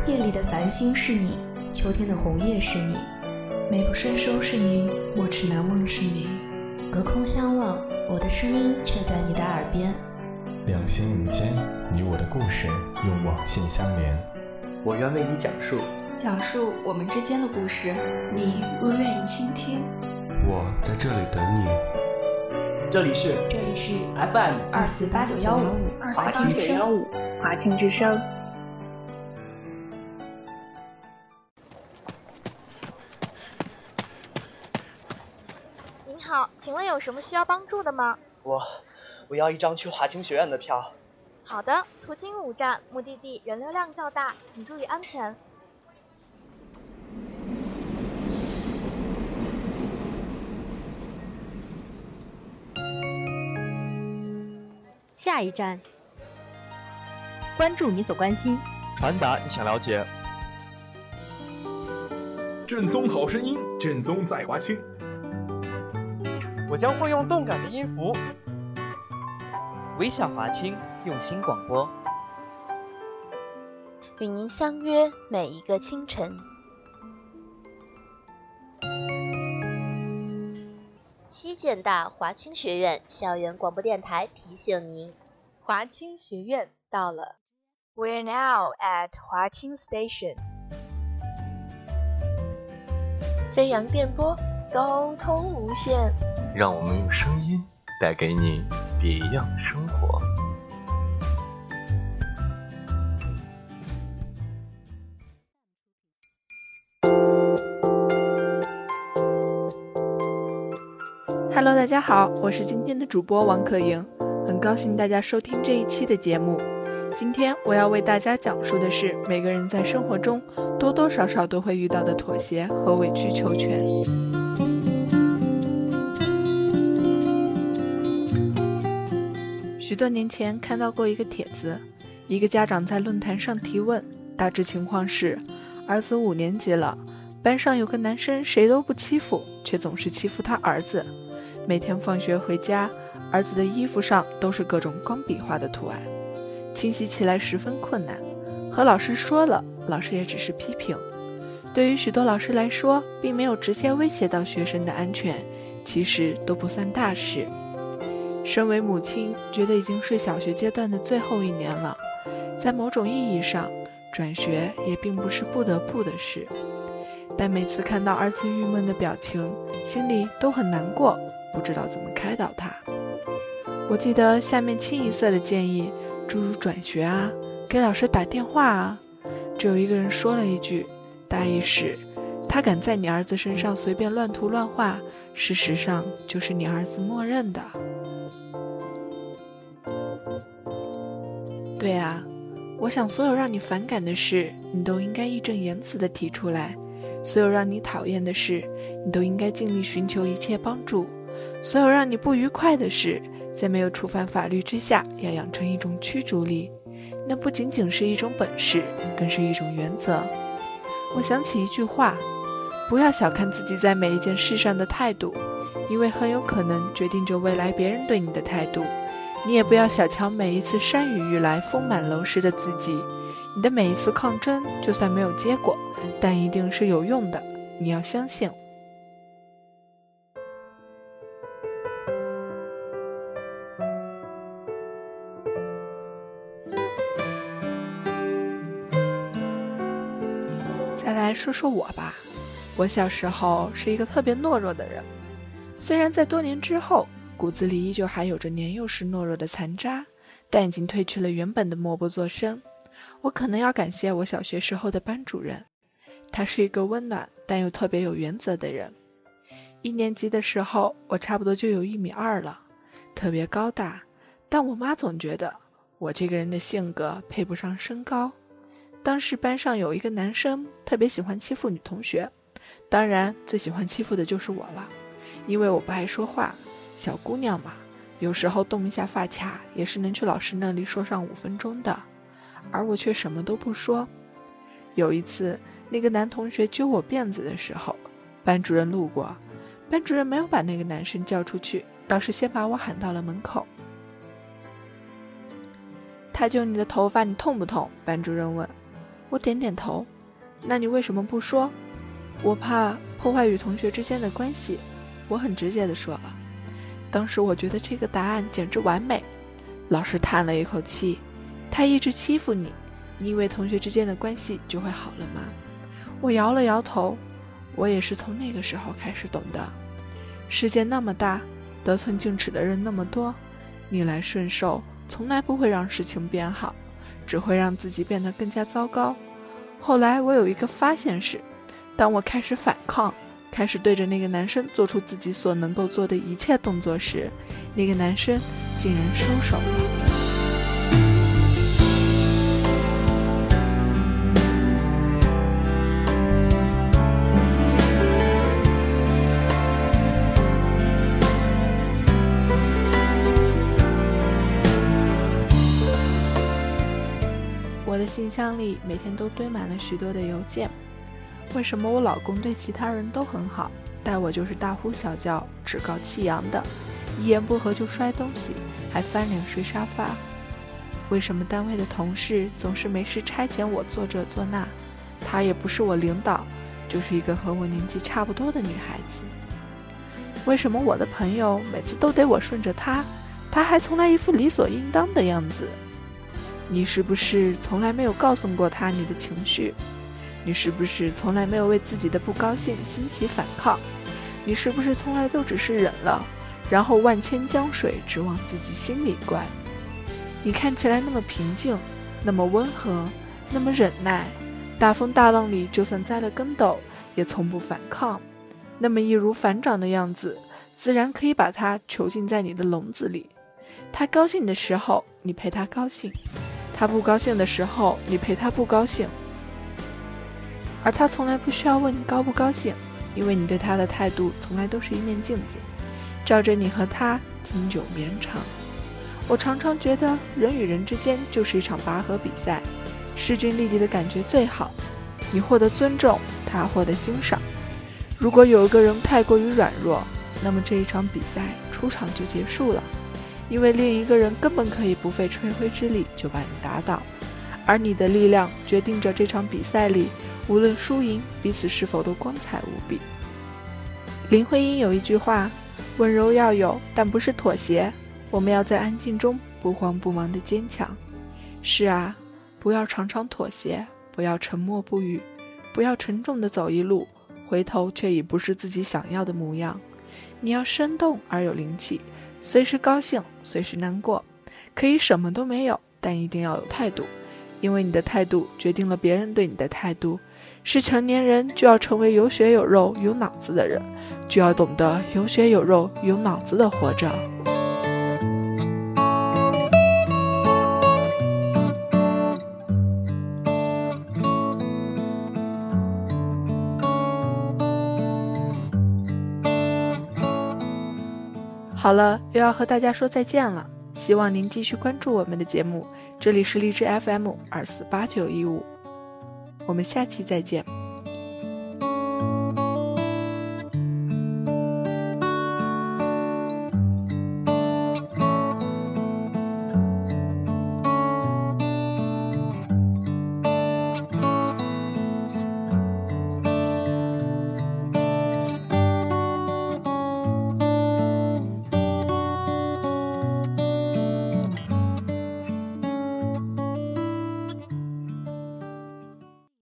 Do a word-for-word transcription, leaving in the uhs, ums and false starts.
夜里的繁星是你，秋天的红叶是你， 美不胜收是你，莫齿难忘是你。 隔空相望，我的声音却在你的耳边。 两心无间，你我的故事用网信相连。 我愿为你讲述， 讲述我们之间的故事。你若愿意倾听， 我在这里等你。 这里是这里是 F M 二四八九幺五华清之声， 华清之声。 您好，请问有什么需要帮助的吗？ 我我要一张去华清学院的票。 好的，途经五站，目的地人流量较大，请注意安全。 下一站，关注你所关心， 传达你想了解。 正宗好声音，正宗在华清。 我将会用动感的音符， 微笑华清，用心广播， 与您相约每一个清晨。西建大华清学院校园广播电台提醒您，华清学院到了。 We're now at 华清 Station。 飞扬电波，沟通无限， 让我们用声音带给你别样的生活。 Hello， 大家好，我是今天的主播王可盈，很高兴大家收听这一期的节目。今天我要为大家讲述的是每个人在生活中多多少少都会遇到的妥协和委曲求全。许多年前看到过一个帖子，一个家长在论坛上提问，大致情况是，儿子五年级了，班上有个男生谁都不欺负，却总是欺负他儿子。每天放学回家，儿子的衣服上都是各种钢笔画的图案，清洗起来十分困难，和老师说了，老师也只是批评。对于许多老师来说，并没有直接威胁到学生的安全，其实都不算大事。身为母亲，觉得已经是小学阶段的最后一年了，在某种意义上，转学也并不是不得不的事。但每次看到儿子郁闷的表情，心里都很难过，不知道怎么开导他。我记得下面清一色的建议，诸如转学啊，给老师打电话啊，只有一个人说了一句，大意是，他敢在你儿子身上随便乱涂乱画，事实上就是你儿子默认的。对啊，我想所有让你反感的事，你都应该义正言辞地提出来；所有让你讨厌的事，你都应该尽力寻求一切帮助；所有让你不愉快的事，在没有触犯法律之下，要养成一种驱逐力。那不仅仅是一种本事，更是一种原则。我想起一句话，不要小看自己在每一件事上的态度，因为很有可能决定着未来别人对你的态度。你也不要小瞧每一次山雨欲来风满楼时的自己，你的每一次抗争，就算没有结果，但一定是有用的，你要相信。再来说说我吧，我小时候是一个特别懦弱的人，虽然在多年之后骨子里依旧还有着年幼时懦弱的残渣，但已经褪去了原本的默不作声。我可能要感谢我小学时候的班主任，他是一个温暖但又特别有原则的人。一年级的时候，我差不多就有一米二了，特别高大，但我妈总觉得我这个人的性格配不上身高。当时班上有一个男生特别喜欢欺负女同学，当然最喜欢欺负的就是我了，因为我不爱说话，小姑娘嘛，有时候动一下发卡也是能去老师那里说上五分钟的，而我却什么都不说。有一次那个男同学揪我辫子的时候，班主任路过，班主任没有把那个男生叫出去，倒是先把我喊到了门口。他揪你的头发，你痛不痛？班主任问。 我点点头。那你为什么不说？我怕破坏与同学之间的关系，我很直接地说了。当时我觉得这个答案简直完美。老师叹了一口气，他一直欺负你，你以为同学之间的关系就会好了吗？我摇了摇头。我也是从那个时候开始懂的，世界那么大，得寸进尺的人那么多，逆来顺受从来不会让事情变好，只会让自己变得更加糟糕。后来我有一个发现是，当我开始反抗，开始对着那个男生做出自己所能够做的一切动作时，那个男生竟然收手了。我的信箱里每天都堆满了许多的邮件。为什么我老公对其他人都很好，待我就是大呼小叫，趾高气扬的，一言不合就摔东西，还翻脸睡沙发？为什么单位的同事总是没事差遣我做这做那？她也不是我领导，就是一个和我年纪差不多的女孩子。为什么我的朋友每次都得我顺着她，她还从来一副理所应当的样子？你是不是从来没有告诉过他你的情绪？你是不是从来没有为自己的不高兴兴起反抗？你是不是从来都只是忍了，然后万千江水只往自己心里灌？你看起来那么平静，那么温和，那么忍耐，大风大浪里就算栽了跟斗也从不反抗，那么易如反掌的样子，自然可以把它囚禁在你的笼子里。他高兴的时候你陪他高兴，他不高兴的时候你陪他不高兴，而他从来不需要问你高不高兴，因为你对他的态度从来都是一面镜子，照着你和他经久绵长。我常常觉得人与人之间就是一场拔河比赛，势均力敌的感觉最好，你获得尊重，他获得欣赏。如果有一个人太过于软弱，那么这一场比赛出场就结束了，因为另一个人根本可以不费吹灰之力就把你打倒，而你的力量决定着这场比赛里无论输赢，彼此是否都光彩无比。林徽因有一句话，温柔要有，但不是妥协，我们要在安静中不慌不忙地坚强。是啊，不要常常妥协，不要沉默不语，不要沉重地走一路，回头却已不是自己想要的模样。你要生动而有灵气，随时高兴，随时难过，可以什么都没有，但一定要有态度，因为你的态度决定了别人对你的态度。是成年人就要成为有血有肉有脑子的人，就要懂得有血有肉有脑子的活着。好了，又要和大家说再见了，希望您继续关注我们的节目，这里是荔枝 F M 二四八九一五，我们下期再见。